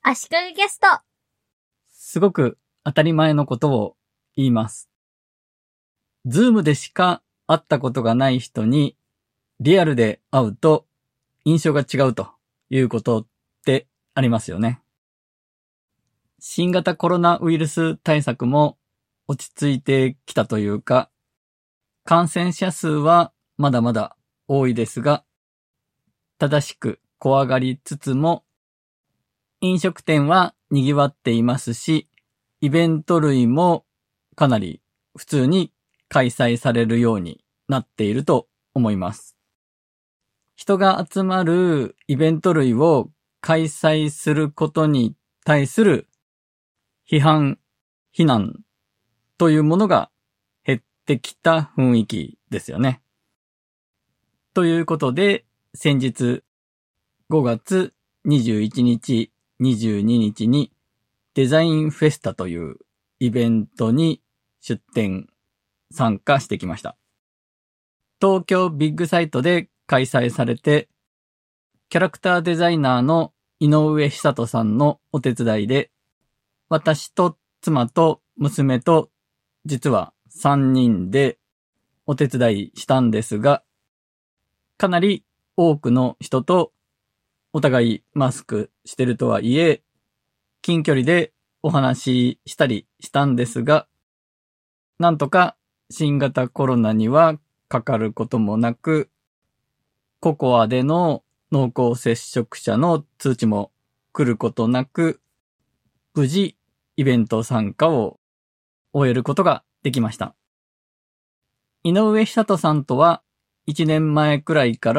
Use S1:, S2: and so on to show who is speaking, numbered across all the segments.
S1: 足利ゲスト。
S2: すごく当たり前のことを言います。ズームでしか会ったことがない人にリアルで会うと印象が違うということってありますよね。新型コロナウイルス対策も落ち着いてきたというか、感染者数はまだまだ多いですが、正しく怖がりつつも、飲食店は賑わっていますし、イベント類もかなり普通に開催されるようになっていると思います。人が集まるイベント類を開催することに対する批判、非難というものが減ってきた雰囲気ですよね。ということで、先日5月21日、22日にデザインフェスタというイベントに出展参加してきました。東京ビッグサイトで開催されて、キャラクターデザイナーの井上久人さんのお手伝いで、私と妻と娘と実は3人でお手伝いしたんですが、かなり多くの人とお互いマスクしてるとはいえ、近距離でお話ししたりしたんですが、なんとか新型コロナにはかかることもなく、ココアでの濃厚接触者の通知も来ることなく、無事イベント参加を終えることができました。井上久人さんとは1年前くらいから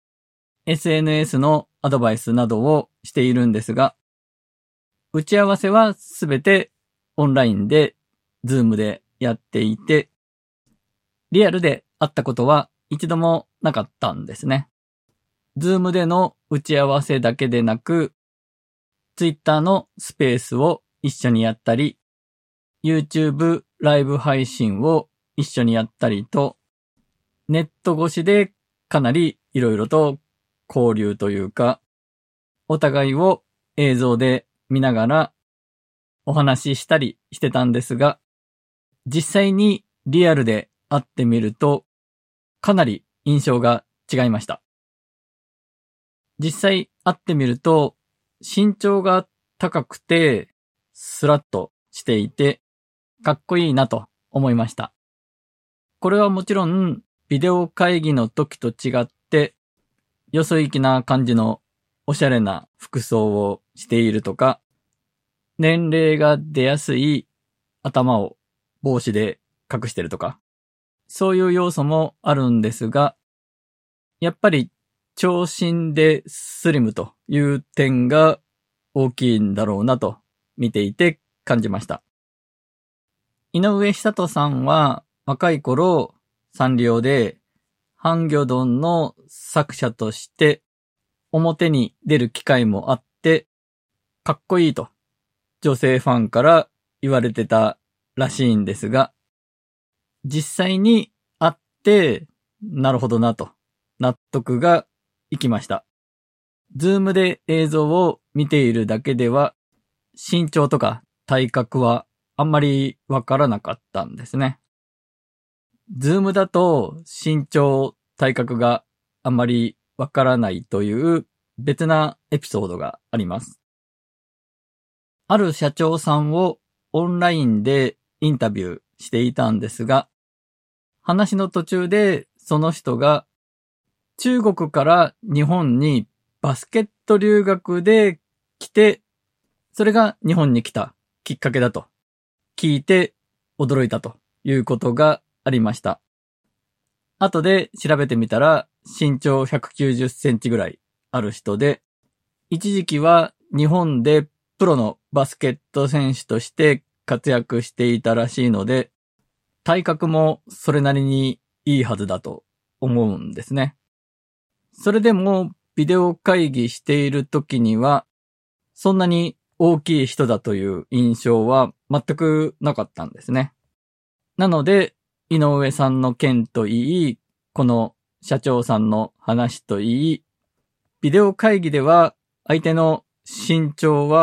S2: SNS のアドバイスなどをしているんですが、打ち合わせはすべてオンラインで Zoom でやっていて、リアルで会ったことは一度もなかったんですね。Zoom での打ち合わせだけでなく、Twitter のスペースを一緒にやったり、YouTube ライブ配信を一緒にやったりと、ネット越しでかなりいろいろと交流というか、お互いを映像で見ながらお話ししたりしてたんですが、実際にリアルで会ってみるとかなり印象が違いました。実際会ってみると身長が高くてスラッとしていてかっこいいなと思いました。これはもちろんビデオ会議の時と違ってよそ行きな感じのおしゃれな服装をしているとか、年齢が出やすい頭を帽子で隠してるとか、そういう要素もあるんですが、やっぱり長身でスリムという点が大きいんだろうなと見ていて感じました。井上久人さんは若い頃サンリオでハンギョドンの作者として表に出る機会もあってかっこいいと女性ファンから言われてたらしいんですが、実際に会ってなるほどなと納得がいきました。ズームで映像を見ているだけでは身長とか体格はあんまりわからなかったんですね。ズームだと身長体格があんまりわからないという別なエピソードがあります。ある社長さんをオンラインでインタビューしていたんですが、話の途中でその人が中国から日本にバスケット留学で来て、それが日本に来たきっかけだと聞いて驚いたということがありました。後で調べてみたら身長190センチぐらいある人で、一時期は日本でプロのバスケット選手として活躍していたらしいので、体格もそれなりにいいはずだと思うんですね。それでもビデオ会議している時にはそんなに大きい人だという印象は全くなかったんですね。なので井上さんの件といい、この社長さんの話といい、ビデオ会議では相手の身長は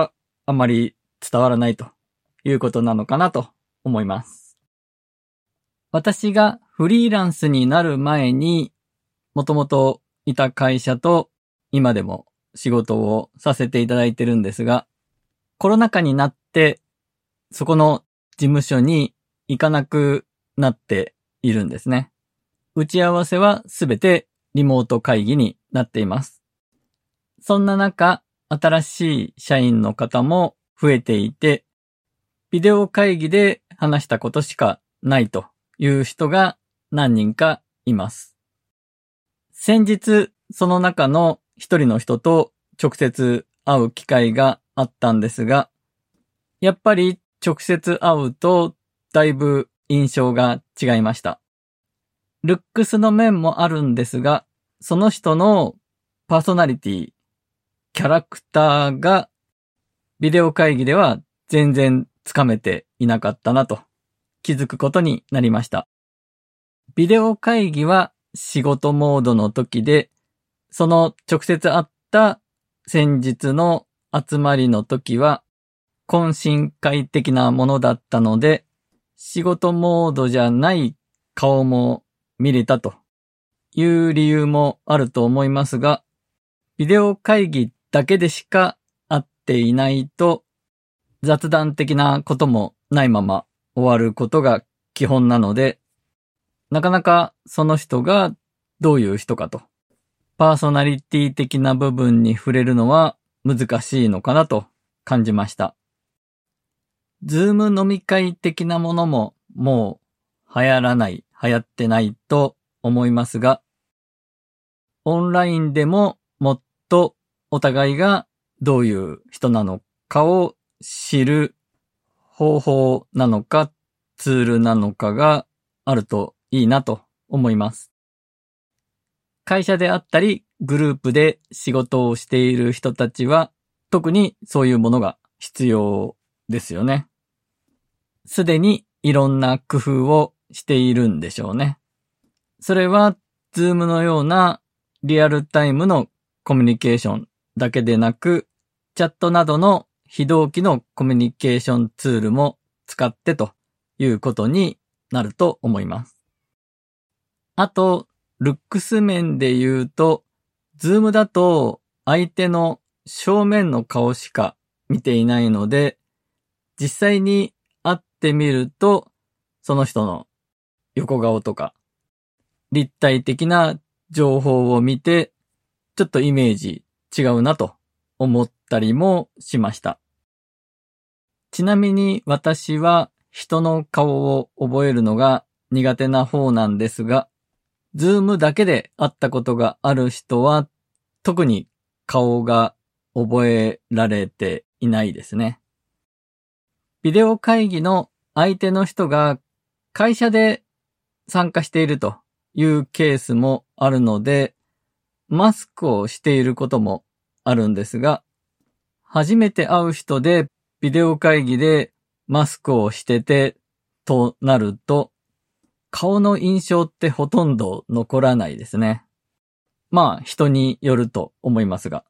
S2: あまり伝わらないということなのかなと思います。私がフリーランスになる前に、もともといた会社と今でも仕事をさせていただいてるんですが、コロナ禍になってそこの事務所に行かなくなっているんですね。打ち合わせはすべてリモート会議になっています。そんな中、新しい社員の方も増えていて、ビデオ会議で話したことしかないという人が何人かいます。先日、その中の一人の人と直接会う機会があったんですが、やっぱり直接会うとだいぶ印象が違いました。ルックスの面もあるんですが、その人のパーソナリティ、キャラクターがビデオ会議では全然つかめていなかったなと気づくことになりました。ビデオ会議は仕事モードの時で、その直接会った先日の集まりの時は懇親会的なものだったので、仕事モードじゃない顔も見れたという理由もあると思いますが、ビデオ会議だけでしか会っていないと雑談的なこともないまま終わることが基本なので、なかなかその人がどういう人かと、パーソナリティ的な部分に触れるのは難しいのかなと感じました。ズーム飲み会的なものももう流行ってないと思いますが、オンラインでももっとお互いがどういう人なのかを知る方法なのかツールなのかがあるといいなと思います。会社であったりグループで仕事をしている人たちは特にそういうものが必要ですよね。すでにいろんな工夫をしているんでしょうね。それは Zoom のようなリアルタイムのコミュニケーションだけでなく、チャットなどの非同期のコミュニケーションツールも使ってということになると思います。あと、ルックス面で言うと、Zoom だと相手の正面の顔しか見ていないので、実際に会ってみると、その人の横顔とか、立体的な情報を見て、ちょっとイメージ違うなと思ったりもしました。ちなみに私は人の顔を覚えるのが苦手な方なんですが、Zoom だけで会ったことがある人は特に顔が覚えられていないですね。ビデオ会議の相手の人が会社で参加しているというケースもあるので、マスクをしていることもあるんですが、初めて会う人でビデオ会議でマスクをしててとなると、顔の印象ってほとんど残らないですね。まあ人によると思いますが。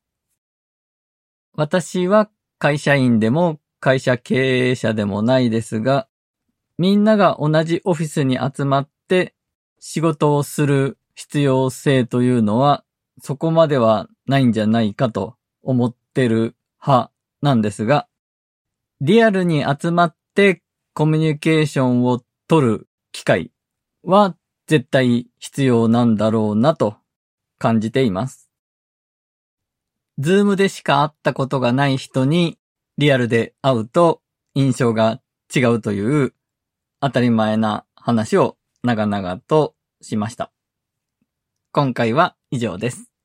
S2: 私は会社員でも会社経営者でもないですが、みんなが同じオフィスに集まって仕事をする必要性というのはそこまではないんじゃないかと思ってる派なんですが、リアルに集まってコミュニケーションを取る機会は絶対必要なんだろうなと感じています。Zoom でしか会ったことがない人にリアルで会うと印象が違うという当たり前な話を長々としました。今回は以上です。